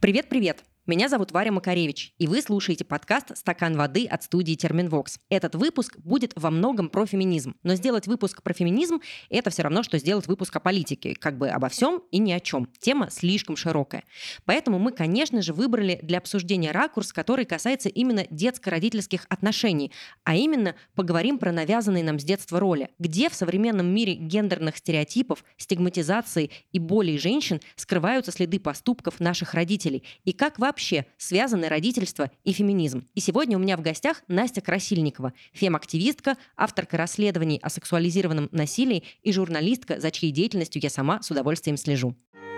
Привет-привет! Меня зовут Варя Макаревич, и вы слушаете подкаст «Стакан воды» от студии Терминвокс. Этот выпуск будет во многом про феминизм, но сделать выпуск про феминизм – это все равно, что сделать выпуск о политике, как бы обо всем и ни о чем. Тема слишком широкая. Поэтому мы, конечно же, выбрали для обсуждения ракурс, который касается именно детско-родительских отношений, а именно поговорим про навязанные нам с детства роли, где в современном мире гендерных стереотипов, стигматизации и болей женщин скрываются следы поступков наших родителей, и как вообще связаны родительство и феминизм. И сегодня у меня в гостях Настя Красильникова, фем-активистка, авторка расследований о сексуализированном насилии и журналистка, за чьей деятельностью я сама с удовольствием слежу.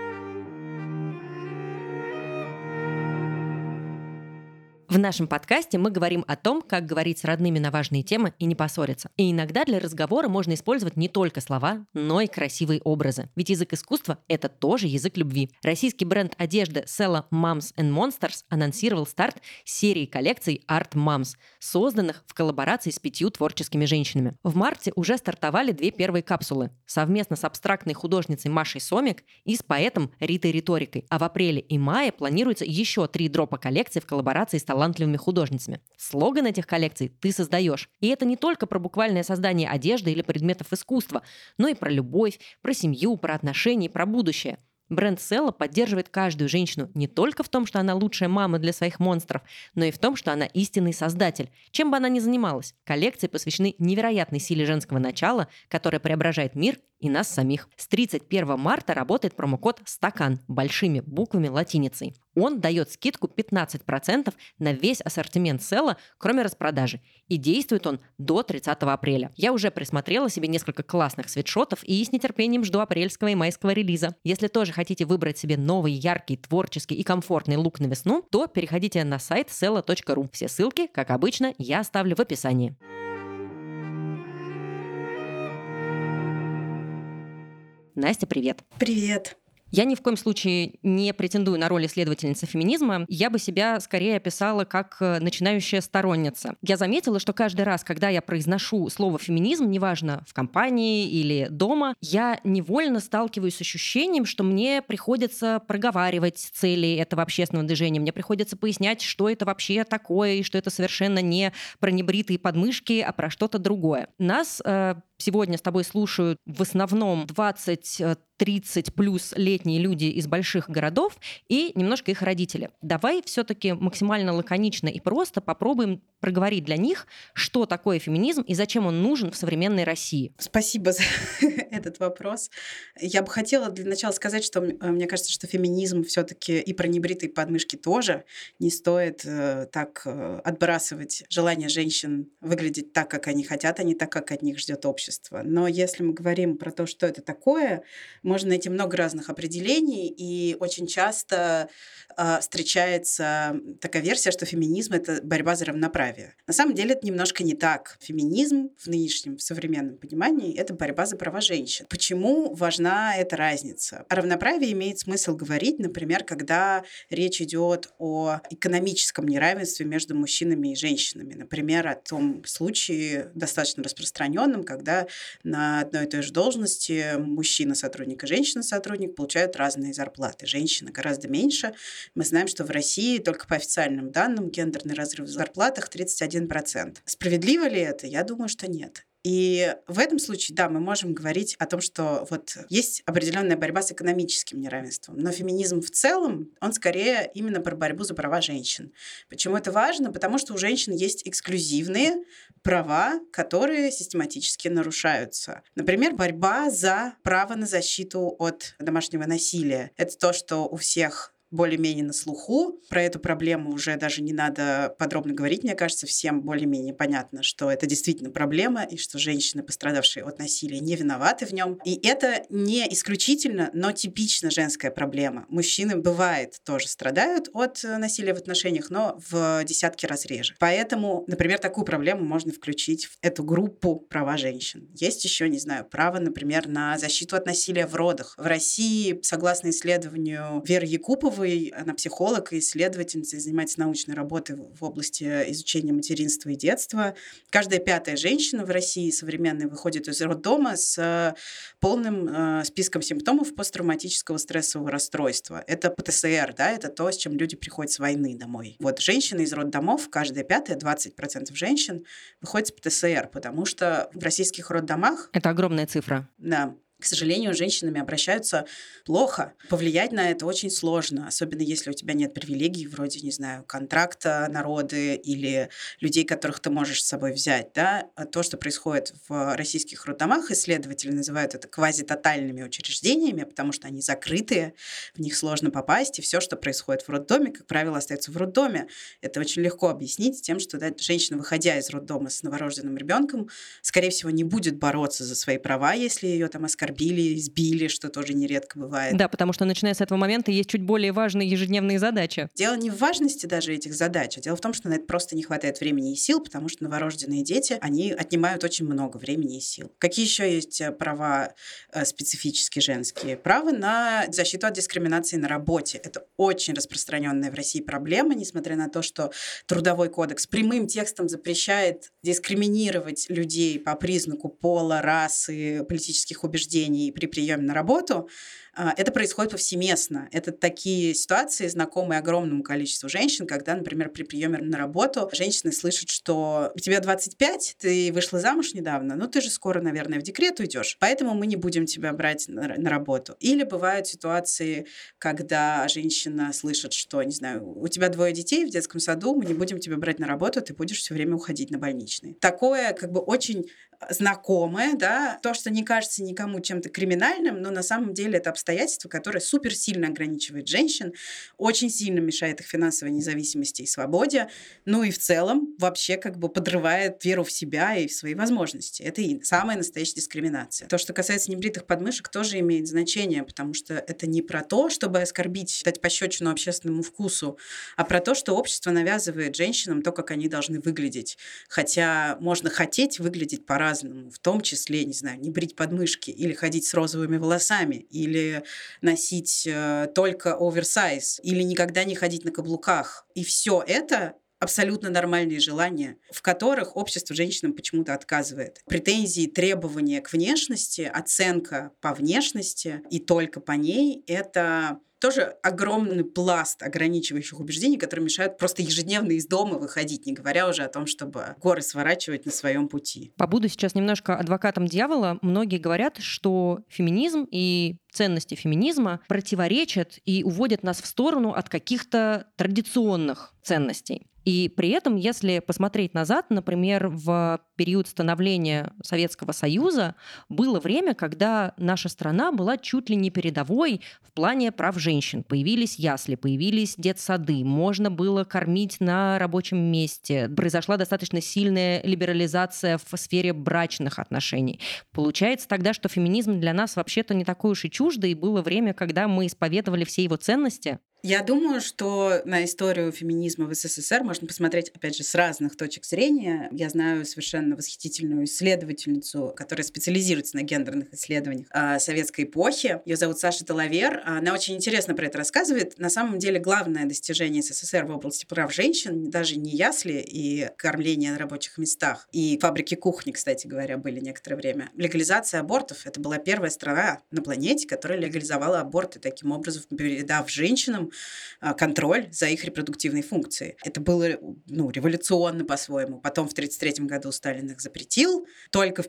В нашем подкасте мы говорим о том, как говорить с родными на важные темы и не поссориться. И иногда для разговора можно использовать не только слова, но и красивые образы. Ведь язык искусства – это тоже язык любви. Российский бренд одежды Sella Moms and Monsters анонсировал старт серии коллекций Art Moms, созданных в коллаборации с 5 творческими женщинами. В марте уже стартовали 2 первые капсулы совместно с абстрактной художницей Машей Сомик и с поэтом Ритой Риторикой. А в апреле и мае планируется еще 3 дропа коллекций в коллаборации с талантливыми художницами. Слоган этих коллекций «Ты создаешь». И это не только про буквальное создание одежды или предметов искусства, но и про любовь, про семью, про отношения, про будущее. Бренд Sella поддерживает каждую женщину не только в том, что она лучшая мама для своих монстров, но и в том, что она истинный создатель, чем бы она ни занималась. Коллекции посвящены невероятной силе женского начала, которая преображает мир и нас самих. С 31 марта работает промокод «Стакан» большими буквами латиницей. Он дает скидку 15% на весь ассортимент Sella, кроме распродажи. И действует он до 30 апреля. Я уже присмотрела себе несколько классных свитшотов и с нетерпением жду апрельского и майского релиза. Если тоже хотите выбрать себе новый, яркий, творческий и комфортный лук на весну, то переходите на сайт sella.ru. Все ссылки, как обычно, я оставлю в описании. Настя, привет. Привет. Я ни в коем случае не претендую на роль исследовательницы феминизма. Я бы себя скорее описала как начинающая сторонница. Я заметила, что каждый раз, когда я произношу слово «феминизм», неважно, в компании или дома, я невольно сталкиваюсь с ощущением, что мне приходится проговаривать цели этого общественного движения, мне приходится пояснять, что это вообще такое, и что это совершенно не про небритые подмышки, а про что-то другое. Нас сегодня с тобой слушают в основном 20-30 плюс летние люди из больших городов и немножко их родители. Давай все-таки максимально лаконично и просто попробуем проговорить для них, что такое феминизм и зачем он нужен в современной России. Спасибо за этот вопрос. Я бы хотела для начала сказать, что мне кажется, что феминизм все-таки и про небритые подмышки тоже. Не стоит так отбрасывать желание женщин выглядеть так, как они хотят, а не так, как от них ждет общество. Но если мы говорим про то, что это такое, можно найти много разных определений, и очень часто встречается такая версия, что феминизм — это борьба за равноправие. На самом деле это немножко не так. Феминизм в нынешнем, в современном понимании — это борьба за права женщин. Почему важна эта разница? О равноправии имеет смысл говорить, например, когда речь идет о экономическом неравенстве между мужчинами и женщинами. Например, о том случае, достаточно распространенном, когда на одной и той же должности мужчина-сотрудник и женщина-сотрудник получают разные зарплаты. Женщина гораздо меньше. Мы знаем, что в России только по официальным данным гендерный разрыв в зарплатах 31%. Справедливо ли это? Я думаю, что нет. И в этом случае, да, мы можем говорить о том, что вот есть определенная борьба с экономическим неравенством, но феминизм в целом, он скорее именно про борьбу за права женщин. Почему это важно? Потому что у женщин есть эксклюзивные права, которые систематически нарушаются. Например, борьба за право на защиту от домашнего насилия. Это то, что у всех более-менее на слуху. Про эту проблему уже даже не надо подробно говорить. Мне кажется, всем более-менее понятно, что это действительно проблема, и что женщины, пострадавшие от насилия, не виноваты в нем. И это не исключительно, но типично женская проблема. Мужчины, бывает, тоже страдают от насилия в отношениях, но в десятки раз реже. Поэтому, например, такую проблему можно включить в эту группу права женщин. Есть еще, не знаю, право, например, на защиту от насилия в родах. В России, согласно исследованию Веры Якуповой, Львовой. Она психолог и исследовательница, и занимается научной работой в области изучения материнства и детства. Каждая 5-я женщина в России современной выходит из роддома с полным списком симптомов посттравматического стрессового расстройства. Это ПТСР, да, это то, с чем люди приходят с войны домой. Вот женщины из роддомов, каждая 5-я, 20% женщин выходят с ПТСР, потому что в российских роддомах... Это огромная цифра. Да. К сожалению, с женщинами обращаются плохо. Повлиять на это очень сложно, особенно если у тебя нет привилегий, вроде, не знаю, контракта на роды или людей, которых ты можешь с собой взять. Да? То, что происходит в российских роддомах, исследователи называют это квазитотальными учреждениями, потому что они закрытые, в них сложно попасть, и все, что происходит в роддоме, как правило, остается в роддоме. Это очень легко объяснить тем, что женщина, выходя из роддома с новорожденным ребенком, скорее всего, не будет бороться за свои права, если ее там оскорбили, избили, что тоже нередко бывает. Да, потому что начиная с этого момента есть чуть более важные ежедневные задачи. Дело не в важности даже этих задач, а дело в том, что на это просто не хватает времени и сил, потому что новорожденные дети, они отнимают очень много времени и сил. Какие еще есть права специфически женские? Право на защиту от дискриминации на работе. Это очень распространенная в России проблема, несмотря на то, что Трудовой кодекс прямым текстом запрещает дискриминировать людей по признаку пола, расы, политических убеждений при приеме на работу. Это происходит повсеместно. Это такие ситуации, знакомые огромному количеству женщин, когда, например, при приеме на работу женщины слышат, что у тебя 25, ты вышла замуж недавно, ну ты же скоро, наверное, в декрет уйдешь, поэтому мы не будем тебя брать на работу. Или бывают ситуации, когда женщина слышит, что, не знаю, у тебя 2 детей в детском саду, мы не будем тебя брать на работу, ты будешь все время уходить на больничный. Такое как бы очень знакомое, да, то, что не кажется никому чем-то криминальным, но на самом деле это обстоятельство, которое супер сильно ограничивает женщин, очень сильно мешает их финансовой независимости и свободе, ну и в целом вообще как бы подрывает веру в себя и в свои возможности. Это и самая настоящая дискриминация. То, что касается небритых подмышек, тоже имеет значение, потому что это не про то, чтобы оскорбить, дать пощечину общественному вкусу, а про то, что общество навязывает женщинам то, как они должны выглядеть. Хотя можно хотеть выглядеть по-разному, в том числе, не знаю, не брить подмышки или ходить с розовыми волосами, или носить только оверсайз, или никогда не ходить на каблуках. И все это абсолютно нормальные желания, в которых общество женщинам почему-то отказывает. Претензии, требования к внешности, оценка по внешности и только по ней — это тоже огромный пласт ограничивающих убеждений, которые мешают просто ежедневно из дома выходить, не говоря уже о том, чтобы горы сворачивать на своем пути. Побуду сейчас немножко адвокатом дьявола. Многие говорят, что феминизм и ценности феминизма противоречат и уводят нас в сторону от каких-то традиционных ценностей. И при этом, если посмотреть назад, например, в период становления Советского Союза было время, когда наша страна была чуть ли не передовой в плане прав женщин. Появились ясли, появились детсады, можно было кормить на рабочем месте. Произошла достаточно сильная либерализация в сфере брачных отношений. Получается тогда, что феминизм для нас вообще-то не такой уж и чуждый, и было время, когда мы исповедовали все его ценности. Я думаю, что на историю феминизма в СССР можно посмотреть, опять же, с разных точек зрения. Я знаю совершенно восхитительную исследовательницу, которая специализируется на гендерных исследованиях советской эпохи. Ее зовут Саша Талавер. Она очень интересно про это рассказывает. На самом деле, главное достижение СССР в области прав женщин даже не ясли и кормление на рабочих местах. И фабрики кухни, кстати говоря, были некоторое время. Легализация абортов. Это была первая страна на планете, которая легализовала аборты, таким образом передав женщинам контроль за их репродуктивной функцией. Это было революционно по-своему. Потом в 1933 году Сталин их запретил. Только в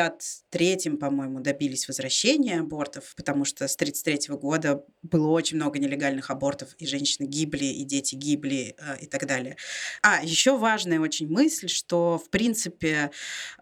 1953, по-моему, добились возвращения абортов, потому что с 1933 года было очень много нелегальных абортов, и женщины гибли, и дети гибли, и так далее. Еще важная очень мысль, что, в принципе,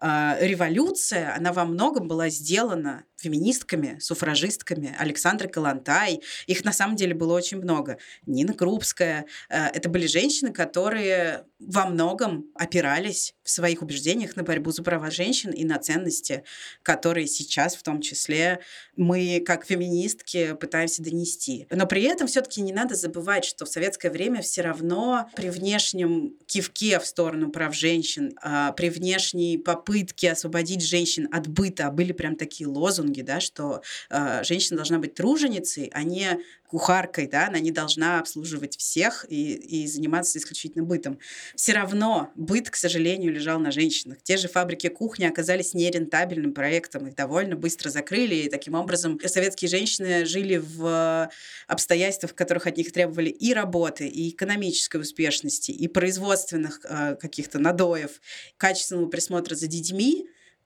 революция, она во многом была сделана феминистками, суфражистками, Александрой Калантай. Их на самом деле было очень много. Нина Крупская. Это были женщины, которые во многом опирались в своих убеждениях на борьбу за права женщин и на ценности, которые сейчас в том числе мы, как феминистки, пытаемся донести. Но при этом все-таки не надо забывать, что в советское время все равно при внешнем кивке в сторону прав женщин, при внешней попытке освободить женщин от быта, были прям такие лозунги, да, что женщина должна быть труженицей, а не кухаркой, да, она не должна обслуживать всех и заниматься исключительно бытом. Все равно быт, к сожалению, лежал на женщинах. Те же фабрики кухни оказались нерентабельным проектом, их довольно быстро закрыли, и таким образом советские женщины жили в обстоятельствах, в которых от них требовали и работы, и экономической успешности, и производственных каких-то надоев, качественного присмотра за детьми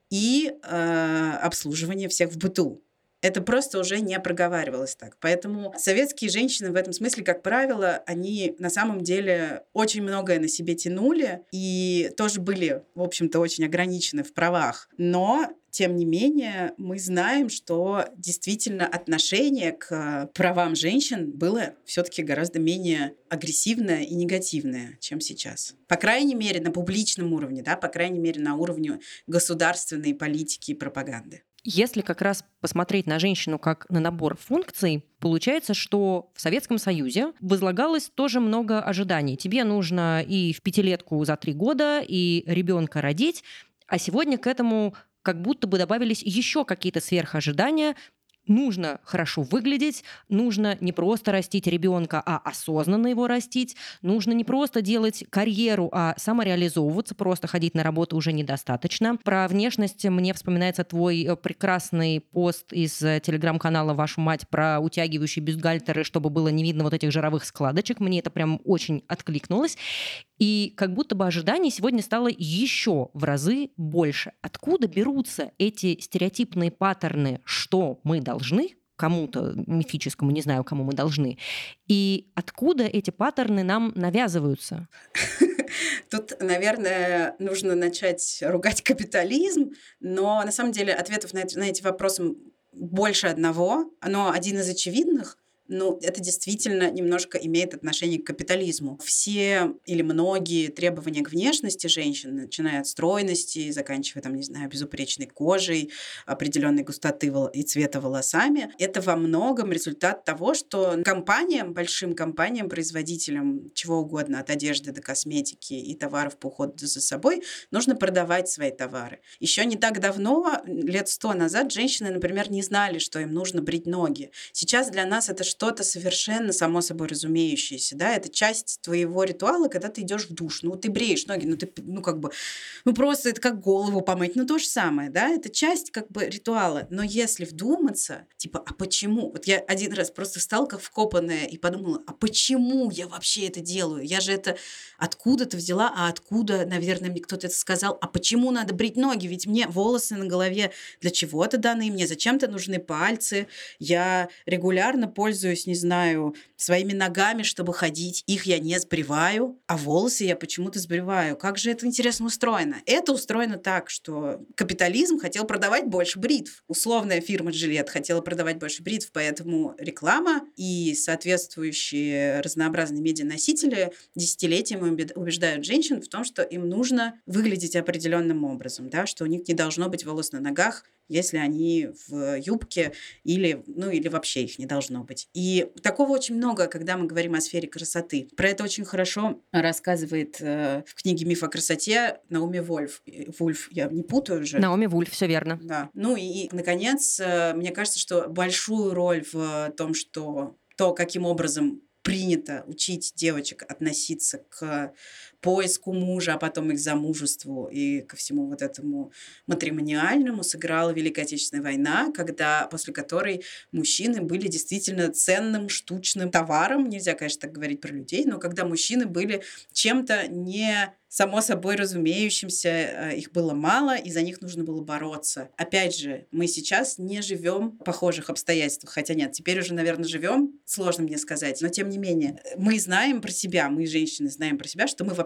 и обслуживания всех в быту. Это просто уже не проговаривалось так. Поэтому советские женщины в этом смысле, как правило, они на самом деле очень многое на себе тянули и тоже были, в общем-то, очень ограничены в правах. Но тем не менее, мы знаем, что действительно отношение к правам женщин было все-таки гораздо менее агрессивное и негативное, чем сейчас. По крайней мере, на публичном уровне, да, по крайней мере, на уровне государственной политики и пропаганды. Если как раз посмотреть на женщину как на набор функций, получается, что в Советском Союзе возлагалось тоже много ожиданий. Тебе нужно и в пятилетку за 3 года, и ребенка родить, а сегодня к этому как будто бы добавились еще какие-то сверхожидания. Нужно хорошо выглядеть, нужно не просто растить ребенка, а осознанно его растить, нужно не просто делать карьеру, а самореализовываться, просто ходить на работу уже недостаточно. Про внешность мне вспоминается твой прекрасный пост из телеграм-канала «Вашу мать» про утягивающие бюстгальтеры, чтобы было не видно вот этих жировых складочек. Мне это прям очень откликнулось. И как будто бы ожиданий сегодня стало еще в разы больше. Откуда берутся эти стереотипные паттерны, что мы должны кому-то мифическому, не знаю, кому мы должны, и откуда эти паттерны нам навязываются? Тут, наверное, нужно начать ругать капитализм, но на самом деле ответов на эти вопросы больше одного, но один из очевидных. Ну, это действительно немножко имеет отношение к капитализму. Все или многие требования к внешности женщин, начиная от стройности и заканчивая, там, не знаю, безупречной кожей, определенной густоты и цвета волосами, это во многом результат того, что компаниям, большим компаниям, производителям чего угодно, от одежды до косметики и товаров по уходу за собой, нужно продавать свои товары. Еще не так давно, лет 100 назад, женщины, например, не знали, что им нужно брить ноги. Сейчас для нас это что-то совершенно само собой разумеющееся, да, это часть твоего ритуала, когда ты идешь в душ, ну, ты бреешь ноги, просто это как голову помыть, то же самое, да, это часть как бы ритуала, но если вдуматься, типа, а почему? Вот я один раз просто встала как вкопанная и подумала, а почему я вообще это делаю? Я же это откуда-то взяла, а откуда, наверное, мне кто-то это сказал, а почему надо брить ноги? Ведь мне волосы на голове для чего-то даны, мне зачем-то нужны пальцы, я регулярно пользуюсь, не знаю, своими ногами, чтобы ходить. Их я не сбриваю, а волосы я почему-то сбриваю. Как же это интересно устроено? Это устроено так, что капитализм хотел продавать больше бритв. Условная фирма Gillette хотела продавать больше бритв, поэтому реклама и соответствующие разнообразные медианосители десятилетиями убеждают женщин в том, что им нужно выглядеть определенным образом, да, что у них не должно быть волос на ногах, если они в юбке или вообще их не должно быть. И такого очень много, когда мы говорим о сфере красоты. Про это очень хорошо рассказывает в книге «Миф о красоте» Наоми Вульф. Вульф, я не путаю уже. Наоми Вульф, все верно. Да. Ну и, наконец, мне кажется, что большую роль в том, что то, каким образом принято учить девочек относиться к поиску мужа, а потом и к замужеству, и ко всему вот этому матримониальному, сыграла Великая Отечественная война, после которой мужчины были действительно ценным штучным товаром. Нельзя, конечно, так говорить про людей, но когда мужчины были чем-то не само собой разумеющимся, их было мало, и за них нужно было бороться. Опять же, мы сейчас не живем в похожих обстоятельствах, хотя нет, теперь уже, наверное, живем, сложно мне сказать, но тем не менее, мы знаем про себя, мы, женщины, знаем про себя, что мы вообще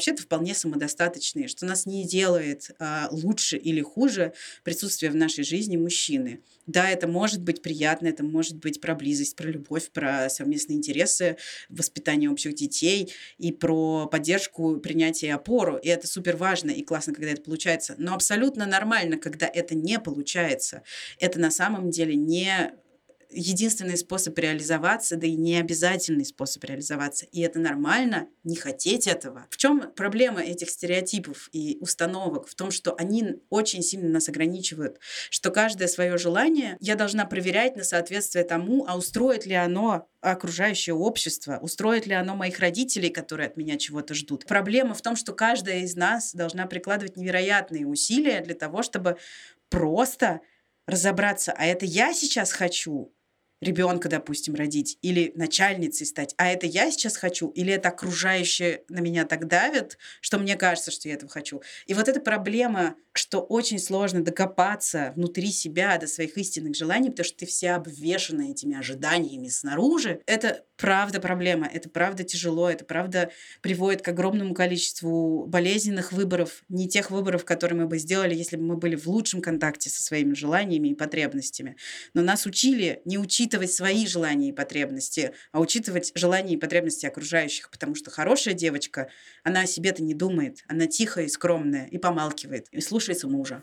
вообще-то вполне самодостаточные, что нас не делает лучше или хуже присутствие в нашей жизни мужчины. Да, это может быть приятно, это может быть про близость, про любовь, про совместные интересы, воспитание общих детей и про поддержку, принятие и опору. И это супер важно и классно, когда это получается. Но абсолютно нормально, когда это не получается. Это на самом деле не единственный способ реализоваться, да и не обязательный способ реализоваться. И это нормально не хотеть этого. В чем проблема этих стереотипов и установок? В том, что они очень сильно нас ограничивают, что каждое свое желание я должна проверять на соответствие тому, а устроит ли оно окружающее общество, устроит ли оно моих родителей, которые от меня чего-то ждут. Проблема в том, что каждая из нас должна прикладывать невероятные усилия для того, чтобы просто разобраться, а это я сейчас хочу ребенка, допустим, родить, или начальницей стать, а это я сейчас хочу, или это окружающие на меня так давят, что мне кажется, что я этого хочу. И вот эта проблема, что очень сложно докопаться внутри себя до своих истинных желаний, потому что ты вся обвешана этими ожиданиями снаружи, это правда проблема, это правда тяжело, это правда приводит к огромному количеству болезненных выборов, не тех выборов, которые мы бы сделали, если бы мы были в лучшем контакте со своими желаниями и потребностями. Но нас учили не учитывать свои желания и потребности, а учитывать желания и потребности окружающих, потому что хорошая девочка, она о себе-то не думает, она тихая и скромная, и помалкивает, и слушается мужа.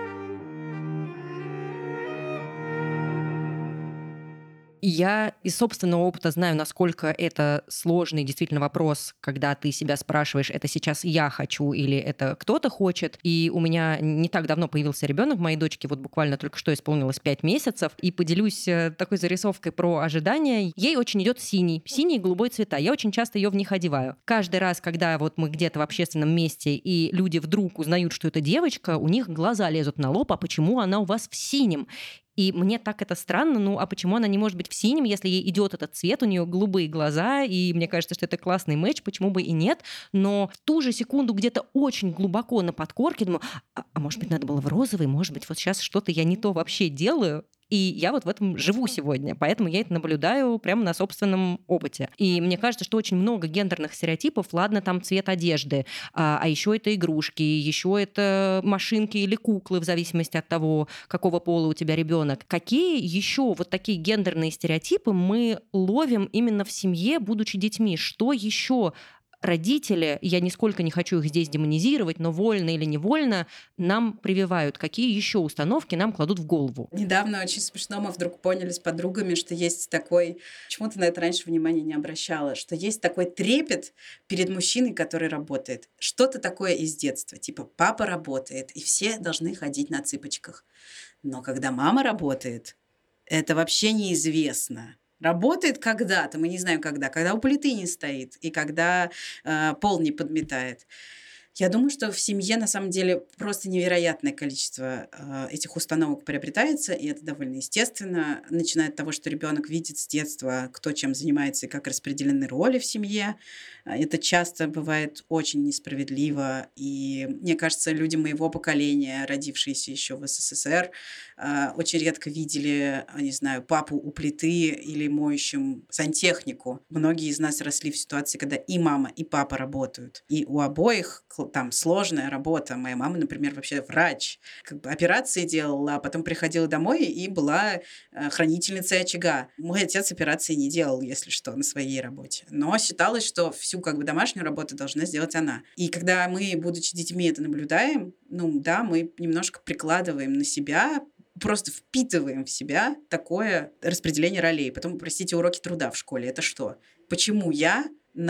И я из собственного опыта знаю, насколько это сложный действительно вопрос, когда ты себя спрашиваешь, это сейчас я хочу или это кто-то хочет. И у меня не так давно появился ребенок, моей дочке вот буквально только что исполнилось 5 месяцев. И поделюсь такой зарисовкой про ожидания. Ей очень идет синий и голубой цвета. Я очень часто ее в них одеваю. Каждый раз, когда вот мы где-то в общественном месте, и люди вдруг узнают, что это девочка, у них глаза лезут на лоб, а почему она у вас в синем? И мне так это странно, ну а почему она не может быть в синем, если ей идет этот цвет, у нее голубые глаза, и мне кажется, что это классный матч, почему бы и нет. Но в ту же секунду где-то очень глубоко на подкорке думаю, а может быть, надо было в розовый, может быть, вот сейчас что-то я не то вообще делаю. И я вот в этом живу сегодня, поэтому я это наблюдаю прямо на собственном опыте. И мне кажется, что очень много гендерных стереотипов, ладно, там цвет одежды, а еще это игрушки, еще это машинки или куклы, в зависимости от того, какого пола у тебя ребенок. Какие еще вот такие гендерные стереотипы мы ловим именно в семье, будучи детьми? Что еще родители, я нисколько не хочу их здесь демонизировать, но вольно или невольно нам прививают, какие еще установки нам кладут в голову? Недавно очень смешно мы вдруг поняли с подругами, что есть такой, почему-то на это раньше внимания не обращала, что есть такой трепет перед мужчиной, который работает. Что-то такое из детства, типа папа работает, и все должны ходить на цыпочках. Но когда мама работает, это вообще неизвестно. Работает когда-то, мы не знаем когда у плиты не стоит и когда пол не подметает. Я думаю, что в семье на самом деле просто невероятное количество этих установок приобретается, и это довольно естественно, начиная от того, что ребенок видит с детства, кто чем занимается и как распределены роли в семье. Это часто бывает очень несправедливо, и мне кажется, люди моего поколения, родившиеся еще в СССР, очень редко видели, не знаю, папу у плиты или моющим сантехнику. Многие из нас росли в ситуации, когда и мама, и папа работают, и у обоих там сложная работа. Моя мама, например, вообще врач. Как бы операции делала, а потом приходила домой и была хранительницей очага. Мой отец операции не делал, если что, на своей работе. Но считалось, что всю как бы домашнюю работу должна сделать она. И когда мы, будучи детьми, это наблюдаем, ну да, мы немножко прикладываем на себя, просто впитываем в себя такое распределение ролей. Потом, простите, уроки труда в школе. Это что? Почему я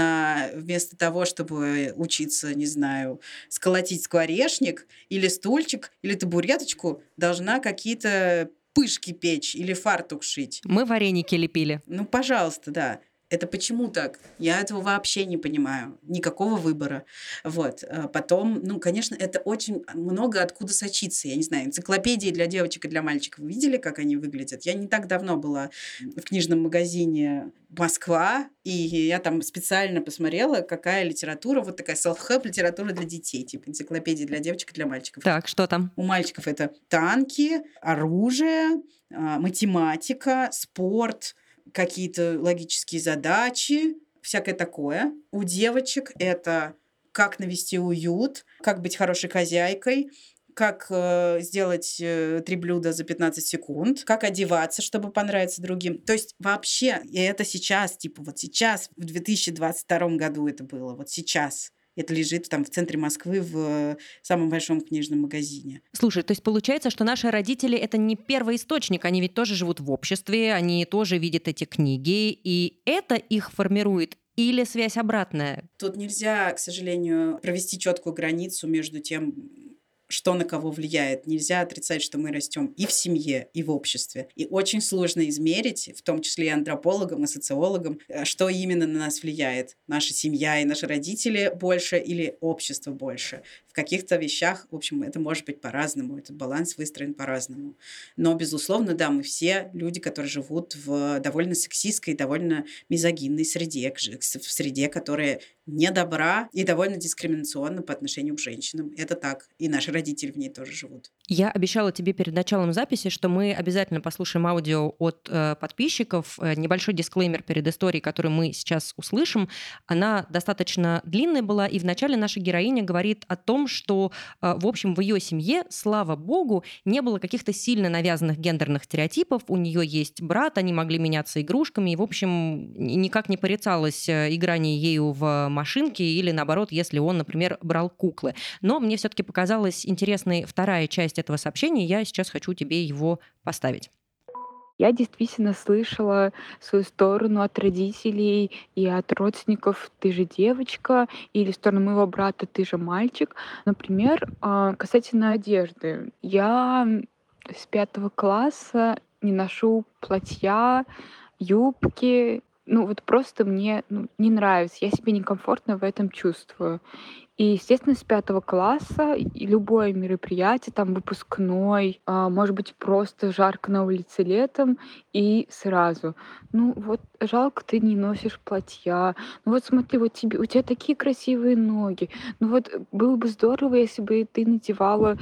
вместо того, чтобы учиться, не знаю, сколотить скворечник или стульчик, или табуреточку, должна какие-то пышки печь или фартук шить? Мы вареники лепили. Ну, пожалуйста, да. Это почему так? Я этого вообще не понимаю. Никакого выбора. Вот. Потом, ну, конечно, это очень много откуда сочится. Я не знаю, энциклопедии для девочек и для мальчиков. Вы видели, как они выглядят? Я не так давно была в книжном магазине «Москва», и я там специально посмотрела, какая литература, вот такая self-help литература для детей, типа энциклопедии для девочек и для мальчиков. Так, что там? У мальчиков это танки, оружие, математика, спорт, какие-то логические задачи, всякое такое. У девочек это как навести уют, как быть хорошей хозяйкой, как сделать 3 блюда за 15 секунд, как одеваться, чтобы понравиться другим. То есть вообще, и это сейчас, типа вот сейчас, в 2022 году это было, вот сейчас. Это лежит там в центре Москвы в самом большом книжном магазине. Слушай, то есть получается, что наши родители — это не первоисточник, они ведь тоже живут в обществе, они тоже видят эти книги, и это их формирует или связь обратная? Тут нельзя, к сожалению, провести четкую границу между тем, что на кого влияет. Нельзя отрицать, что мы растем и в семье, и в обществе. И очень сложно измерить, в том числе и антропологам, и социологам, что именно на нас влияет. Наша семья и наши родители больше или общество больше. В каких-то вещах, в общем, это может быть по-разному, этот баланс выстроен по-разному. Но, безусловно, да, мы все люди, которые живут в довольно сексистской, довольно мизогинной среде, в среде, которая не добра и довольно дискриминационна по отношению к женщинам. Это так. И наши родители в ней тоже живут. Я обещала тебе перед началом записи, что мы обязательно послушаем аудио от подписчиков. Небольшой дисклеймер перед историей, которую мы сейчас услышим. Она достаточно длинная была, и вначале наша героиня говорит о том, что, в общем, в ее семье, слава богу, не было каких-то сильно навязанных гендерных стереотипов. У нее есть брат, они могли меняться игрушками, и, в общем, никак не порицалось играние ею в машинки или, наоборот, если он, например, брал куклы. Но мне все-таки показалась интересной вторая часть этого сообщения, я сейчас хочу тебе его поставить. Я действительно слышала свою сторону от родителей и от родственников: "Ты же девочка", или в сторону моего брата: "Ты же мальчик". Например, касательно одежды. Я с 5 класса не ношу платья, юбки. Ну, вот просто мне, не нравится. Я себя некомфортно в этом чувствую. И, естественно, с 5 класса и любое мероприятие, там, выпускной, может быть, просто жарко на улице летом, и сразу: "Ну вот жалко, ты не носишь платья. Ну вот смотри, вот тебе, у тебя такие красивые ноги. Ну вот было бы здорово, если бы ты надевала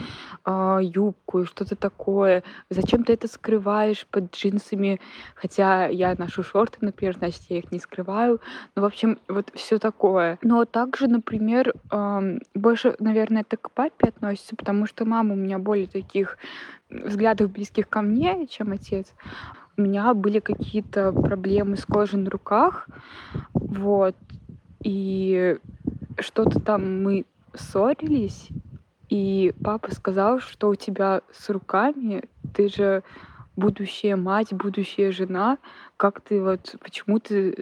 юбку и что-то такое. Зачем ты это скрываешь под джинсами? Хотя я ношу шорты, например, значит, я их не скрываю". Ну, в общем, вот все такое. Но также, например, больше, наверное, это к папе относится, потому что мама у меня более таких взглядов близких ко мне, чем отец. У меня были какие-то проблемы с кожей на руках, вот, и что-то там мы ссорились, и папа сказал, что у тебя с руками, ты же будущая мать, будущая жена, как ты вот, почему ты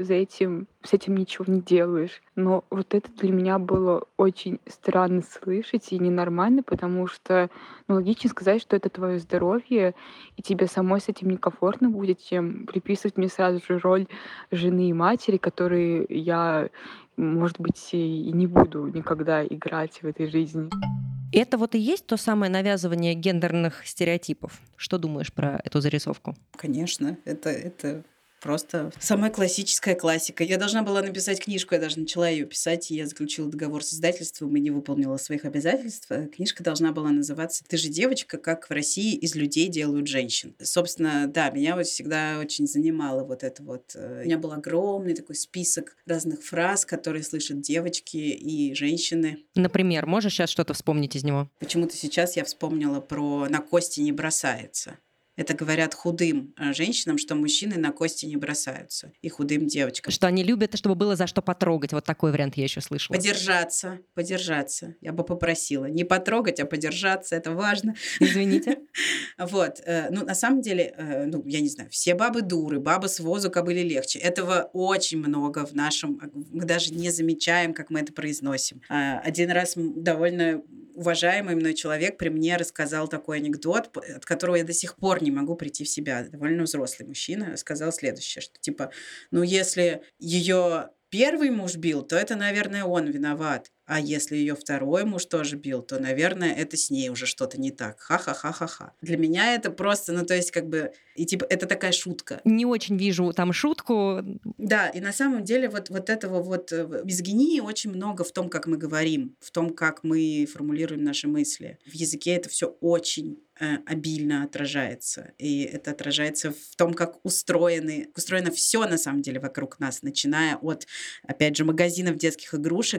с этим ничего не делаешь? Но вот это для меня было очень странно слышать и ненормально, потому что, ну, логично сказать, что это твое здоровье, и тебе самой с этим некомфортно будет, чем приписывать мне сразу же роль жены и матери, которые я, может быть, и не буду никогда играть в этой жизни. Это вот и есть то самое навязывание гендерных стереотипов. Что думаешь про эту зарисовку? Конечно, это просто самая классическая классика. Я должна была написать книжку, я даже начала ее писать, и я заключила договор с издательством и не выполнила своих обязательств. Книжка должна была называться «Ты же девочка, как в России из людей делают женщин». Собственно, да, меня вот всегда очень занимало вот это вот. У меня был огромный такой список разных фраз, которые слышат девочки и женщины. Например, можешь сейчас что-то вспомнить из него? Почему-то сейчас я вспомнила про «на кости не бросается». Это говорят худым женщинам, что мужчины на кости не бросаются. И худым девочкам. Что они любят, чтобы было за что потрогать. Вот такой вариант я еще слышала. Подержаться. Я бы попросила. Не потрогать, а подержаться. Это важно. Извините. Вот. Ну, на самом деле, я не знаю, все бабы дуры, баба с возу кобыли легче. Этого очень много в нашем... Мы даже не замечаем, как мы это произносим. Один раз довольно уважаемый мной человек при мне рассказал такой анекдот, от которого я до сих пор не могу прийти в себя. Довольно взрослый мужчина сказал следующее, что типа, ну если ее первый муж бил, то это, наверное, он виноват. А если ее второй муж тоже бил, то, наверное, это с ней уже что-то не так. Ха-ха-ха-ха-ха. Для меня это просто, ну, то есть, как бы, и типа, это такая шутка. Не очень вижу там шутку. Да, и на самом деле вот этого вот мизогинии очень много в том, как мы говорим, в том, как мы формулируем наши мысли. В языке это все очень обильно отражается. И это отражается в том, как устроено все на самом деле вокруг нас, начиная от, опять же, магазинов детских игрушек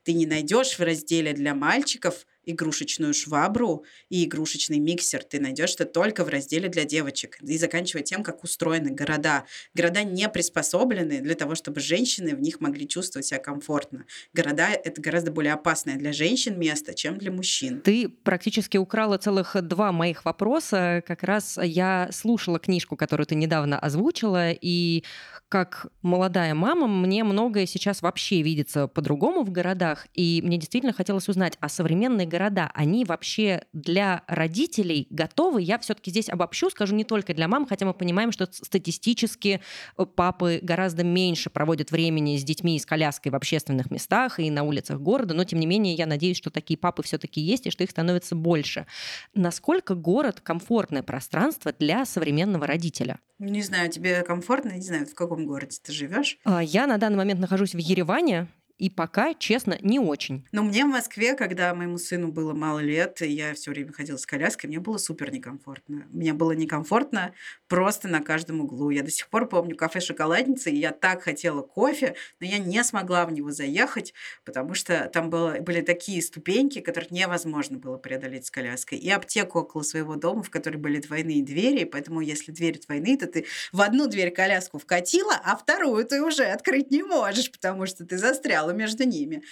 Ты не найдешь в разделе для мальчиков игрушечную швабру и игрушечный миксер. Ты найдешь это только в разделе для девочек. И заканчивая тем, как устроены города. Города не приспособлены для того, чтобы женщины в них могли чувствовать себя комфортно. Города — это гораздо более опасное для женщин место, чем для мужчин. Ты практически украла целых 2 моих вопроса. Как раз я слушала книжку, которую ты недавно озвучила, и как молодая мама мне многое сейчас вообще видится по-другому в городах, и мне действительно хотелось узнать, а современные города, они вообще для родителей готовы? Я все-таки здесь обобщу, скажу не только для мам, хотя мы понимаем, что статистически папы гораздо меньше проводят времени с детьми и с коляской в общественных местах и на улицах города, но тем не менее я надеюсь, что такие папы все-таки есть и что их становится больше. Насколько город комфортное пространство для современного родителя? Не знаю, тебе комфортно? Не знаю, в каком городе ты живешь. Я на данный момент нахожусь в Ереване, и пока, честно, не очень. Но мне в Москве, когда моему сыну было мало лет, и я все время ходила с коляской, мне было супер некомфортно. Мне было некомфортно просто на каждом углу. Я до сих пор помню кафе «Шоколадница», и я так хотела кофе, но я не смогла в него заехать, потому что там были такие ступеньки, которые невозможно было преодолеть с коляской. И аптеку около своего дома, в которой были двойные двери, поэтому если двери двойные, то ты в одну дверь коляску вкатила, а вторую ты уже открыть не можешь, потому что ты застряла между ними.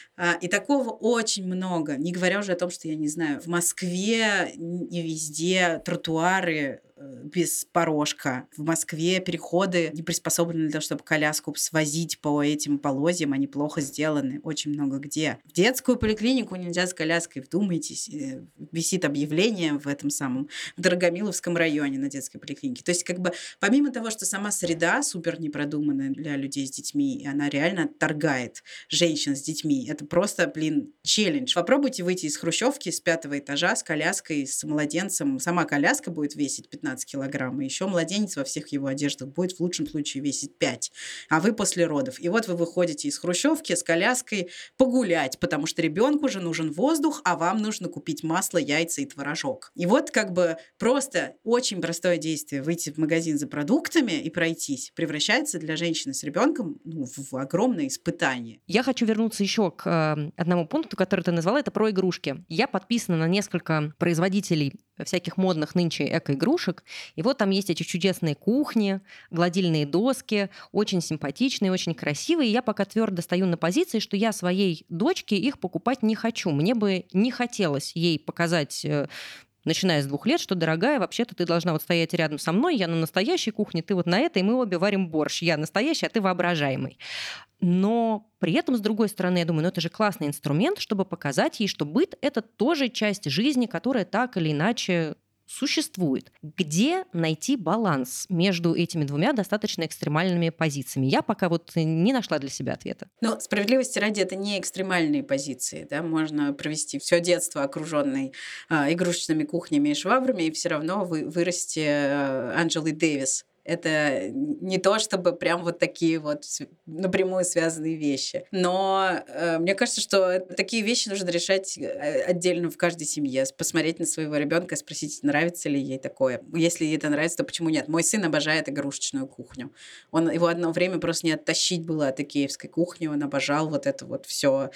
И такого очень много. Не говоря уже о том, что, я не знаю, в Москве не везде тротуары без порожка. В Москве переходы не приспособлены для того, чтобы коляску свозить по этим полозьям. Они плохо сделаны. Очень много где. В детскую поликлинику нельзя с коляской. Вдумайтесь. Висит объявление в этом самом в Дорогомиловском районе на детской поликлинике. То есть как бы помимо того, что сама среда супер непродуманная для людей с детьми, и она реально отторгает женщин с детьми. Это просто, челлендж. Попробуйте выйти из хрущевки с 5-го этажа с коляской, с младенцем. Сама коляска будет весить 15 килограмм, и еще младенец во всех его одеждах будет в лучшем случае весить 5, а вы после родов. И вот вы выходите из хрущевки с коляской погулять, потому что ребенку же нужен воздух, а вам нужно купить масло, яйца и творожок. И вот как бы просто очень простое действие выйти в магазин за продуктами и пройтись превращается для женщины с ребенком в огромное испытание. Я хочу вернуться еще к одному пункту, который ты назвала, это про игрушки. Я подписана на несколько производителей всяких модных нынче эко-игрушек. И вот там есть эти чудесные кухни, гладильные доски, очень симпатичные, очень красивые. И я пока твердо стою на позиции, что я своей дочке их покупать не хочу. Мне бы не хотелось ей показать, начиная с 2 лет, что, дорогая, вообще-то ты должна вот стоять рядом со мной, я на настоящей кухне, ты вот на этой, и мы обе варим борщ. Я настоящий, а ты воображаемый. Но при этом, с другой стороны, я думаю, это же классный инструмент, чтобы показать ей, что быт — это тоже часть жизни, которая так или иначе существует. Где найти баланс между этими 2 достаточно экстремальными позициями? Я пока вот не нашла для себя ответа. Но справедливости ради, это не экстремальные позиции. Да? Можно провести все детство, окруженный игрушечными кухнями и швабрами, и все равно вырасти Анджелой Дэвис. Это не то, чтобы прям вот такие вот напрямую связанные вещи. Но мне кажется, что такие вещи нужно решать отдельно в каждой семье. Посмотреть на своего ребенка, спросить, нравится ли ей такое. Если ей это нравится, то почему нет? Мой сын обожает игрушечную кухню. Его одно время просто не оттащить было от икеевской кухни. Он обожал вот это вот все.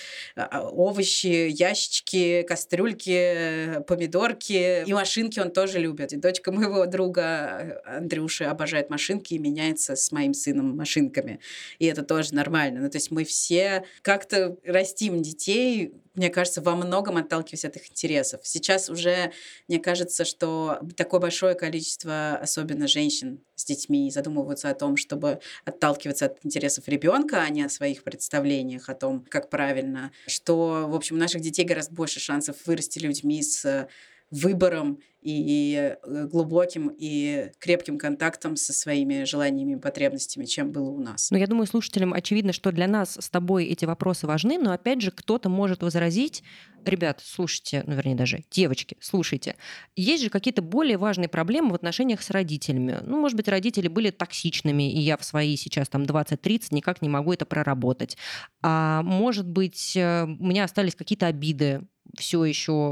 Овощи, ящички, кастрюльки, помидорки. И машинки он тоже любит. И дочка моего друга Андрюши обожает машинки и меняется с моим сыном машинками. И это тоже нормально. Ну, то есть мы все как-то растим детей, мне кажется, во многом отталкиваясь от их интересов. Сейчас уже, мне кажется, что такое большое количество, особенно женщин с детьми, задумываются о том, чтобы отталкиваться от интересов ребенка, а не о своих представлениях о том, как правильно, что, в общем, у наших детей гораздо больше шансов вырасти людьми с выбором и глубоким и крепким контактом со своими желаниями и потребностями, чем было у нас. Ну, я думаю, слушателям очевидно, что для нас с тобой эти вопросы важны, но, опять же, кто-то может возразить: ребят, слушайте, ну, вернее, даже девочки, слушайте, есть же какие-то более важные проблемы в отношениях с родителями. Ну, может быть, родители были токсичными, и я в свои сейчас там 20-30 никак не могу это проработать. А может быть, у меня остались какие-то обиды все еще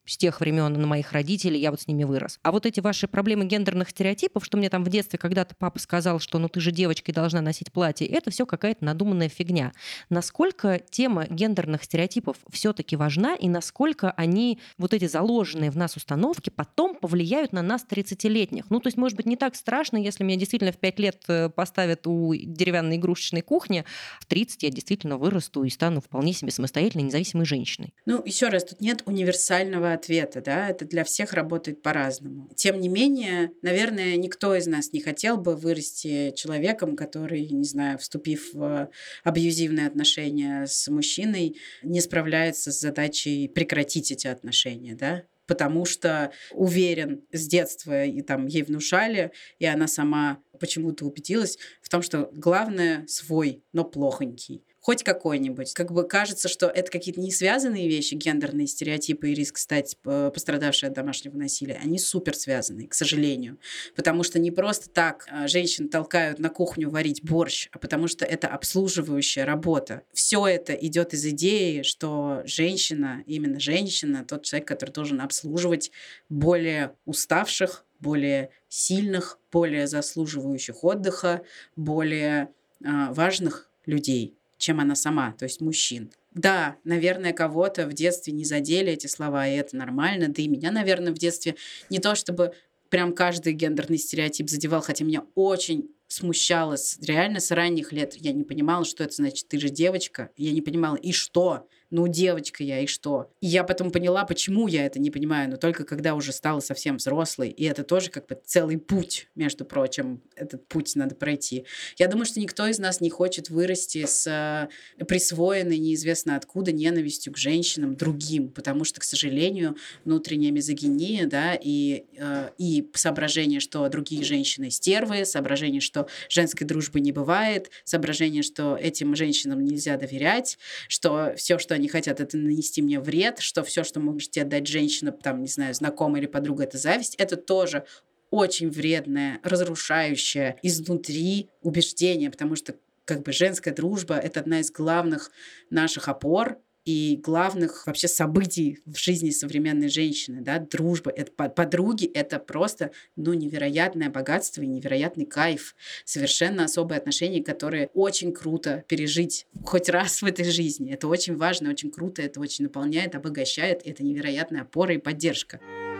с тех времен на моих родителей, я вот с ними вырос. А вот эти ваши проблемы гендерных стереотипов, что мне там в детстве когда-то папа сказал, что ну ты же девочка и должна носить платье, это все какая-то надуманная фигня. Насколько тема гендерных стереотипов все-таки важна и насколько они, вот эти заложенные в нас установки, потом повлияют на нас 30-летних? Ну, то есть, может быть, не так страшно, если меня действительно в 5 лет поставят у деревянной игрушечной кухни, в 30 я действительно вырасту и стану вполне себе самостоятельной, независимой женщиной. Ну, еще раз, тут нет универсального ответа, да, это для всех работает по-разному. Тем не менее, наверное, никто из нас не хотел бы вырасти человеком, который, не знаю, вступив в абьюзивные отношения с мужчиной, не справляется с задачей прекратить эти отношения, да, потому что уверен с детства, и там ей внушали, и она сама почему-то убедилась в том, что главное свой, но плохонький. Хоть какой-нибудь. Как бы кажется, что это какие-то не связанные вещи, гендерные стереотипы и риск стать пострадавшей от домашнего насилия. Они супер связаны, к сожалению. Потому что не просто так женщин толкают на кухню варить борщ, а потому что это обслуживающая работа. Все это идет из идеи, что женщина, именно женщина, тот человек, который должен обслуживать более уставших, более сильных, более заслуживающих отдыха, более важных людей, чем она сама, то есть мужчин. Да, наверное, кого-то в детстве не задели эти слова, и это нормально. Да и меня, наверное, в детстве не то чтобы прям каждый гендерный стереотип задевал, хотя меня очень смущало. Реально с ранних лет я не понимала, что это значит «ты же девочка». Я не понимала, и что? Ну, девочка я, и что? И я потом поняла, почему я это не понимаю, но только когда уже стала совсем взрослой. И это тоже как бы целый путь, между прочим. Этот путь надо пройти. Я думаю, что никто из нас не хочет вырасти с присвоенной неизвестно откуда ненавистью к женщинам другим, потому что, к сожалению, внутренняя мизогиния, да, и соображение, что другие женщины стервы, соображение, что женской дружбы не бывает, соображение, что этим женщинам нельзя доверять, что все, что они хотят, это нанести мне вред, что все, что можете отдать женщина, там, не знаю, знакомая или подруга, это зависть, это тоже очень вредное, разрушающее изнутри убеждение, потому что как бы женская дружба — это одна из главных наших опор и главных вообще событий в жизни современной женщины, да, дружба, это подруги, это просто, ну, невероятное богатство и невероятный кайф, совершенно особые отношения, которые очень круто пережить хоть раз в этой жизни. Это очень важно, очень круто, это очень наполняет, обогащает, это невероятная опора и поддержка.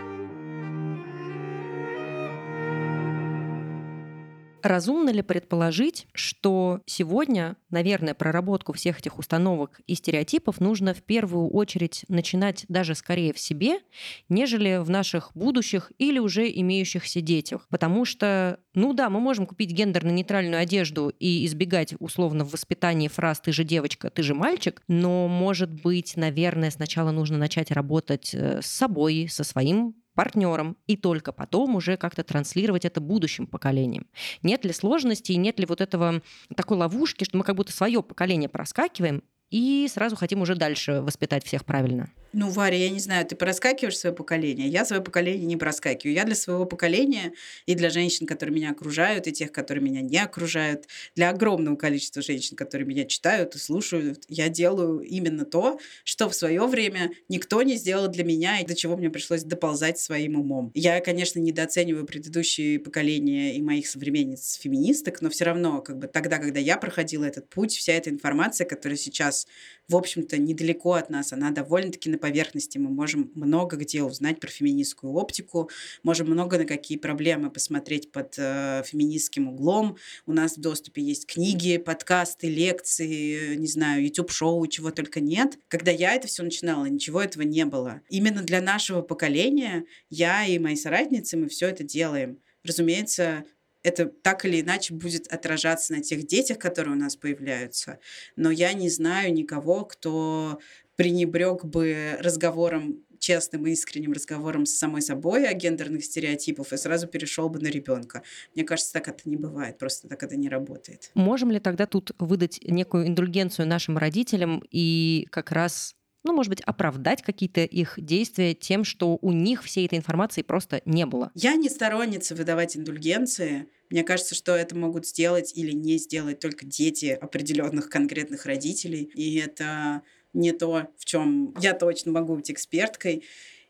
Разумно ли предположить, что сегодня, наверное, проработку всех этих установок и стереотипов нужно в первую очередь начинать даже скорее в себе, нежели в наших будущих или уже имеющихся детях? Потому что, ну да, мы можем купить гендерно-нейтральную одежду и избегать условно в воспитании фраз «ты же девочка, ты же мальчик», но, может быть, наверное, сначала нужно начать работать с собой, со своим партнером, и только потом уже как-то транслировать это будущим поколениям. Нет ли сложностей, нет ли вот этого такой ловушки, что мы как будто свое поколение проскакиваем и сразу хотим уже дальше воспитать всех правильно? Ну, Варя, я не знаю, ты проскакиваешь свое поколение? Я свое поколение не проскакиваю. Я для своего поколения и для женщин, которые меня окружают, и тех, которые меня не окружают, для огромного количества женщин, которые меня читают и слушают, я делаю именно то, что в свое время никто не сделал для меня, и до чего мне пришлось доползать своим умом. Я, конечно, недооцениваю предыдущие поколения и моих современниц-феминисток, но все равно, как бы тогда, когда я проходила этот путь, вся эта информация, которая сейчас, в общем-то, недалеко от нас, она довольно-таки на поверхности. Мы можем много где узнать про феминистскую оптику, можем много на какие проблемы посмотреть под феминистским углом. У нас в доступе есть книги, подкасты, лекции, не знаю, YouTube-шоу, чего только нет. Когда я это все начинала, ничего этого не было. Именно для нашего поколения я и мои соратницы, мы все это делаем. Разумеется, это так или иначе будет отражаться на тех детях, которые у нас появляются. Но я не знаю никого, кто пренебрег бы разговором, честным и искренним разговором с самой собой о гендерных стереотипах и сразу перешел бы на ребенка. Мне кажется, так это не бывает, просто так это не работает. Можем ли тогда тут выдать некую индульгенцию нашим родителям и как раз, ну, может быть, оправдать какие-то их действия тем, что у них всей этой информации просто не было? Я не сторонница выдавать индульгенции. Мне кажется, что это могут сделать или не сделать только дети определенных конкретных родителей. И это не то, в чем я точно могу быть эксперткой.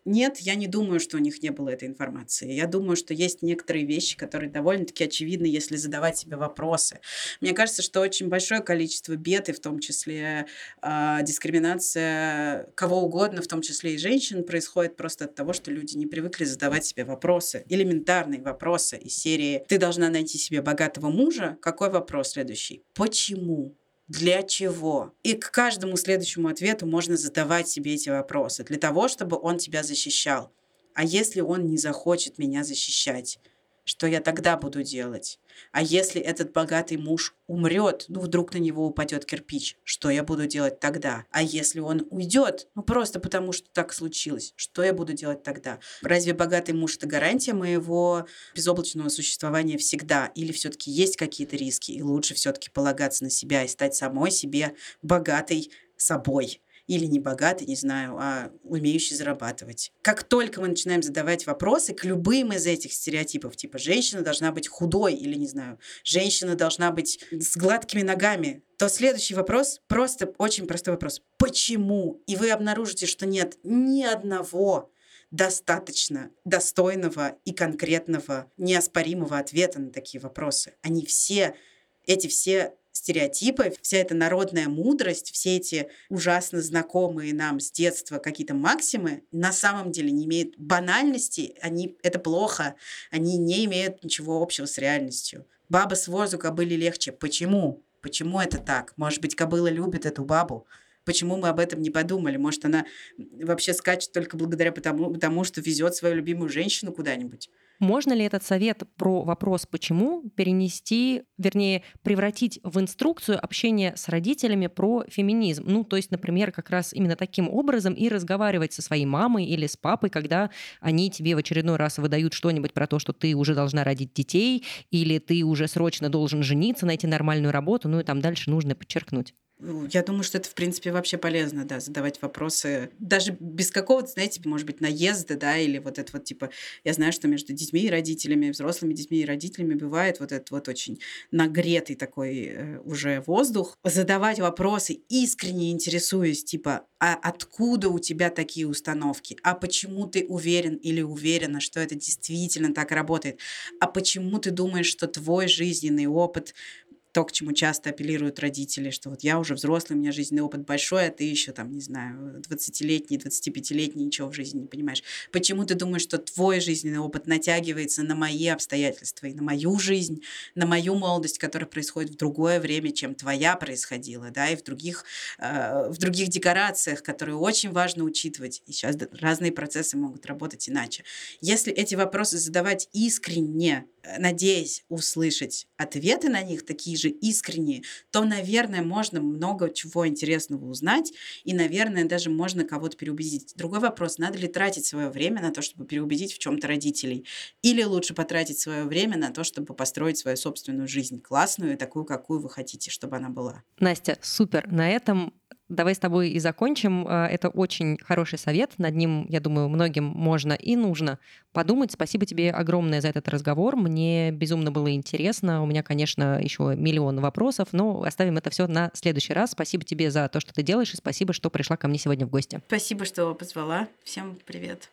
Нет, я не думаю, что у них не было этой информации. Я думаю, что есть некоторые вещи, которые довольно-таки очевидны, если задавать себе вопросы. Мне кажется, что очень большое количество бед, и в том числе дискриминация кого угодно, в том числе и женщин, происходит просто от того, что люди не привыкли задавать себе вопросы, элементарные вопросы из серии «Ты должна найти себе богатого мужа». Какой вопрос следующий? Почему? Для чего? И к каждому следующему ответу можно задавать себе эти вопросы для того, чтобы он тебя защищал. А если он не захочет меня защищать, что я тогда буду делать? А если этот богатый муж умрет, вдруг на него упадет кирпич, что я буду делать тогда? А если он уйдет, просто потому что так случилось, что я буду делать тогда? Разве богатый муж — это гарантия моего безоблачного существования всегда? Или все-таки есть какие-то риски, и лучше все-таки полагаться на себя и стать самой себе богатой собой? Или не богатый, не знаю, а умеющий зарабатывать. Как только мы начинаем задавать вопросы к любым из этих стереотипов, типа женщина должна быть худой или, не знаю, женщина должна быть с гладкими ногами, то следующий вопрос просто очень простой вопрос. Почему? И вы обнаружите, что нет ни одного достаточно достойного и конкретного, неоспоримого ответа на такие вопросы. Они все стереотипы, вся эта народная мудрость, все эти ужасно знакомые нам с детства какие-то максимы на самом деле не имеют банальности, это плохо, они не имеют ничего общего с реальностью. Баба с возу кобыле легче. Почему? Почему это так? Может быть, кобыла любит эту бабу? Почему мы об этом не подумали? Может, она вообще скачет только благодаря потому что везет свою любимую женщину куда-нибудь? Можно ли этот совет про вопрос «почему» превратить в инструкцию общения с родителями про феминизм? То есть, например, как раз именно таким образом и разговаривать со своей мамой или с папой, когда они тебе в очередной раз выдают что-нибудь про то, что ты уже должна родить детей, или ты уже срочно должен жениться, найти нормальную работу, и там дальше нужно подчеркнуть. Я думаю, что это, в принципе, вообще полезно, да, задавать вопросы. Даже без какого-то, знаете, может быть, наезда, да, или вот это вот, типа, я знаю, что между детьми и родителями, взрослыми детьми и родителями бывает вот этот вот очень нагретый такой уже воздух. Задавать вопросы, искренне интересуясь, типа, а откуда у тебя такие установки? А почему ты уверен или уверена, что это действительно так работает? А почему ты думаешь, что твой жизненный опыт, то, к чему часто апеллируют родители, что вот я уже взрослый, у меня жизненный опыт большой, а ты еще там, не знаю, 20-летний, 25-летний, ничего в жизни не понимаешь. Почему ты думаешь, что твой жизненный опыт натягивается на мои обстоятельства и на мою жизнь, на мою молодость, которая происходит в другое время, чем твоя происходила, да, и в других декорациях, которые очень важно учитывать. И сейчас разные процессы могут работать иначе. Если эти вопросы задавать искренне, надеясь услышать ответы на них, такие же искренние, то, наверное, можно много чего интересного узнать, и, наверное, даже можно кого-то переубедить. Другой вопрос, надо ли тратить свое время на то, чтобы переубедить в чем-то родителей, или лучше потратить свое время на то, чтобы построить свою собственную жизнь, классную, такую, какую вы хотите, чтобы она была. Настя, супер. На этом давай с тобой и закончим. Это очень хороший совет. Над ним, я думаю, многим можно и нужно подумать. Спасибо тебе огромное за этот разговор. Мне безумно было интересно. У меня, конечно, еще миллион вопросов, но оставим это все на следующий раз. Спасибо тебе за то, что ты делаешь, и спасибо, что пришла ко мне сегодня в гости. Спасибо, что позвала. Всем привет.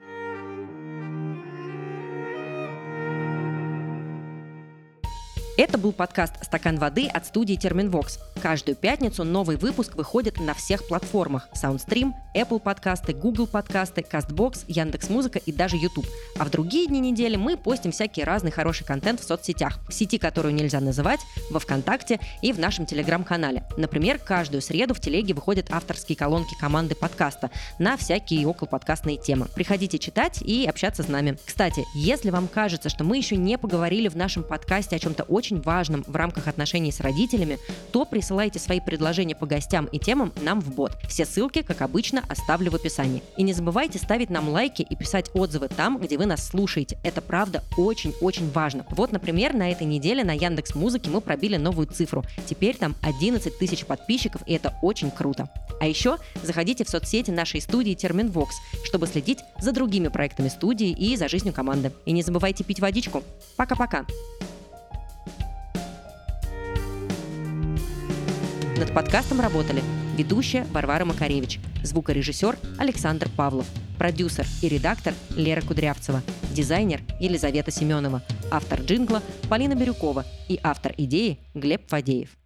Это был подкаст «Стакан воды» от студии Терминвокс. Каждую пятницу новый выпуск выходит на всех платформах: Soundstream, Apple подкасты, Google подкасты, CastBox, Яндекс.Музыка и даже YouTube. А в другие дни недели мы постим всякий разный хороший контент в соцсетях. В сети, которую нельзя называть, во ВКонтакте и в нашем Телеграм-канале. Например, каждую среду в Телеге выходят авторские колонки команды подкаста на всякие околоподкастные темы. Приходите читать и общаться с нами. Кстати, если вам кажется, что мы еще не поговорили в нашем подкасте о чем-то очень важном в рамках отношений с родителями, то присылайте свои предложения по гостям и темам нам в бот. Все ссылки, как обычно, оставлю в описании. И не забывайте ставить нам лайки и писать отзывы там, где вы нас слушаете. Это правда очень-очень важно. Вот, например, на этой неделе на Яндекс.Музыке мы пробили новую цифру. Теперь там 11 тысяч подписчиков, и это очень круто. А еще заходите в соцсети нашей студии Терминвокс, чтобы следить за другими проектами студии и за жизнью команды. И не забывайте пить водичку. Пока-пока! Над подкастом работали ведущая Варвара Макаревич, звукорежиссер Александр Павлов. Продюсер и редактор Лера Кудрявцева. Дизайнер Елизавета Семенова. Автор джингла Полина Бирюкова. И автор идеи Глеб Фадеев.